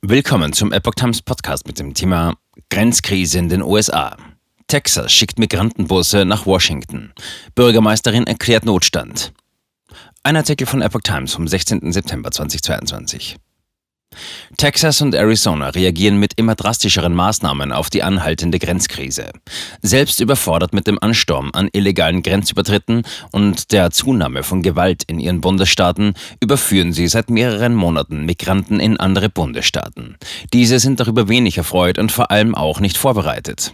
Willkommen zum Epoch Times Podcast mit dem Thema Grenzkrise in den USA. Texas schickt Migrantenbusse nach Washington. Bürgermeisterin erklärt Notstand. Ein Artikel von Epoch Times vom 16. September 2022. Texas und Arizona reagieren mit immer drastischeren Maßnahmen auf die anhaltende Grenzkrise. Selbst überfordert mit dem Ansturm an illegalen Grenzübertritten und der Zunahme von Gewalt in ihren Bundesstaaten überführen sie seit mehreren Monaten Migranten in andere Bundesstaaten. Diese sind darüber wenig erfreut und vor allem auch nicht vorbereitet.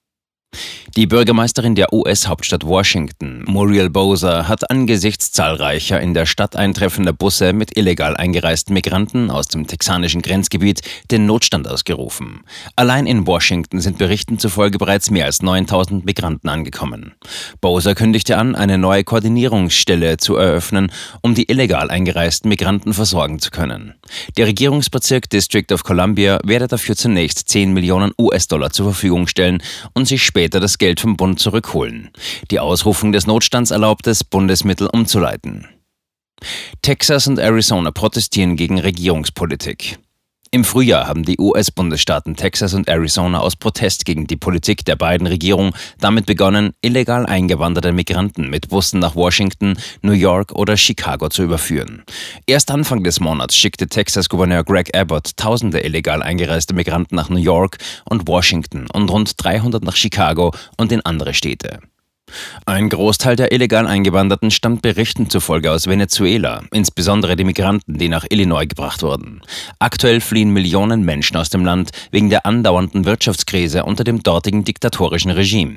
Die Bürgermeisterin der US-Hauptstadt Washington, Muriel Bowser, hat angesichts zahlreicher in der Stadt eintreffender Busse mit illegal eingereisten Migranten aus dem texanischen Grenzgebiet den Notstand ausgerufen. Allein in Washington sind Berichten zufolge bereits mehr als 9.000 Migranten angekommen. Bowser kündigte an, eine neue Koordinierungsstelle zu eröffnen, um die illegal eingereisten Migranten versorgen zu können. Der Regierungsbezirk District of Columbia werde dafür zunächst 10 Millionen US-Dollar zur Verfügung stellen und sich später das Geld vom Bund zurückholen. Die Ausrufung des Notstands erlaubt es, Bundesmittel umzuleiten. Texas und Arizona protestieren gegen Regierungspolitik. Im Frühjahr haben die US-Bundesstaaten Texas und Arizona aus Protest gegen die Politik der beiden Regierungen damit begonnen, illegal eingewanderte Migranten mit Bussen nach Washington, New York oder Chicago zu überführen. Erst Anfang des Monats schickte Texas-Gouverneur Greg Abbott tausende illegal eingereiste Migranten nach New York und Washington und rund 300 nach Chicago und in andere Städte. Ein Großteil der illegal Eingewanderten stammt Berichten zufolge aus Venezuela, insbesondere die Migranten, die nach Illinois gebracht wurden. Aktuell fliehen Millionen Menschen aus dem Land wegen der andauernden Wirtschaftskrise unter dem dortigen diktatorischen Regime.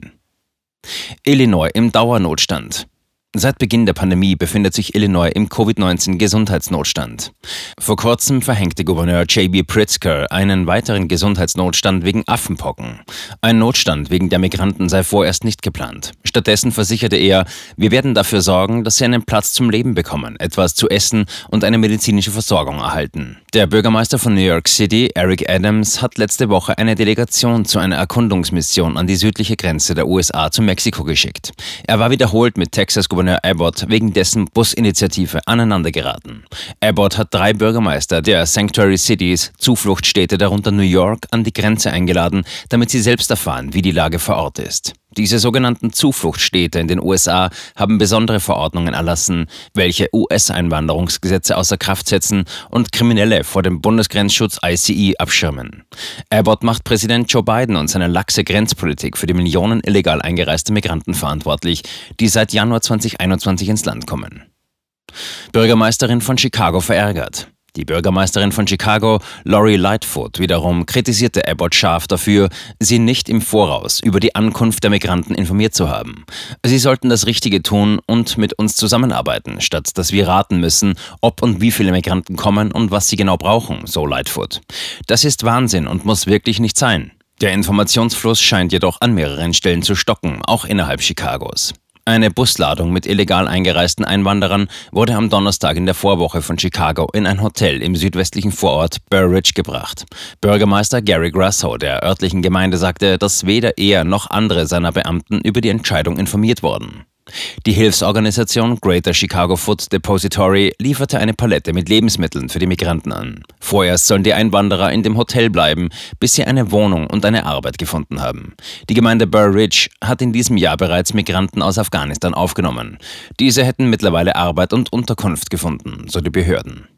Illinois im Dauernotstand. Seit Beginn der Pandemie befindet sich Illinois im Covid-19-Gesundheitsnotstand. Vor kurzem verhängte Gouverneur J.B. Pritzker einen weiteren Gesundheitsnotstand wegen Affenpocken. Ein Notstand wegen der Migranten sei vorerst nicht geplant. Stattdessen versicherte er, wir werden dafür sorgen, dass sie einen Platz zum Leben bekommen, etwas zu essen und eine medizinische Versorgung erhalten. Der Bürgermeister von New York City, Eric Adams, hat letzte Woche eine Delegation zu einer Erkundungsmission an die südliche Grenze der USA zu Mexiko geschickt. Er war wiederholt mit Texas-Gouverneur Abbott wegen dessen Businitiative aneinandergeraten. Abbott hat 3 Bürgermeister der Sanctuary Cities, Zufluchtsstädte, darunter New York, an die Grenze eingeladen, damit sie selbst erfahren, wie die Lage vor Ort ist. Diese sogenannten Zufluchtsstädte in den USA haben besondere Verordnungen erlassen, welche US-Einwanderungsgesetze außer Kraft setzen und Kriminelle vor dem Bundesgrenzschutz ICE abschirmen. Abbott macht Präsident Joe Biden und seine laxe Grenzpolitik für die Millionen illegal eingereiste Migranten verantwortlich, die seit Januar 2021 ins Land kommen. Bürgermeisterin von Chicago verärgert. Die Bürgermeisterin von Chicago, Lori Lightfoot, wiederum kritisierte Abbott scharf dafür, sie nicht im Voraus über die Ankunft der Migranten informiert zu haben. Sie sollten das Richtige tun und mit uns zusammenarbeiten, statt dass wir raten müssen, ob und wie viele Migranten kommen und was sie genau brauchen, so Lightfoot. Das ist Wahnsinn und muss wirklich nicht sein. Der Informationsfluss scheint jedoch an mehreren Stellen zu stocken, auch innerhalb Chicagos. Eine Busladung mit illegal eingereisten Einwanderern wurde am Donnerstag in der Vorwoche von Chicago in ein Hotel im südwestlichen Vorort Burr Ridge gebracht. Bürgermeister Gary Grasso der örtlichen Gemeinde sagte, dass weder er noch andere seiner Beamten über die Entscheidung informiert wurden. Die Hilfsorganisation Greater Chicago Food Depository lieferte eine Palette mit Lebensmitteln für die Migranten an. Vorerst sollen die Einwanderer in dem Hotel bleiben, bis sie eine Wohnung und eine Arbeit gefunden haben. Die Gemeinde Burr Ridge hat in diesem Jahr bereits Migranten aus Afghanistan aufgenommen. Diese hätten mittlerweile Arbeit und Unterkunft gefunden, so die Behörden.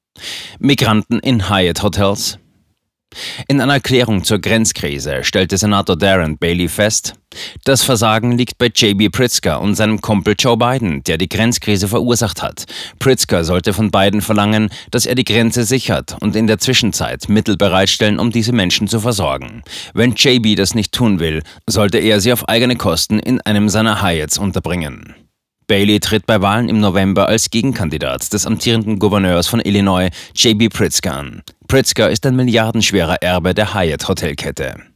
Migranten in Hyatt Hotels. In einer Erklärung zur Grenzkrise stellte Senator Darren Bailey fest, das Versagen liegt bei J.B. Pritzker und seinem Kumpel Joe Biden, der die Grenzkrise verursacht hat. Pritzker sollte von Biden verlangen, dass er die Grenze sichert und in der Zwischenzeit Mittel bereitstellen, um diese Menschen zu versorgen. Wenn J.B. das nicht tun will, sollte er sie auf eigene Kosten in einem seiner Hyatts unterbringen. Bailey tritt bei Wahlen im November als Gegenkandidat des amtierenden Gouverneurs von Illinois, J.B. Pritzker, an. Pritzker ist ein milliardenschwerer Erbe der Hyatt-Hotelkette.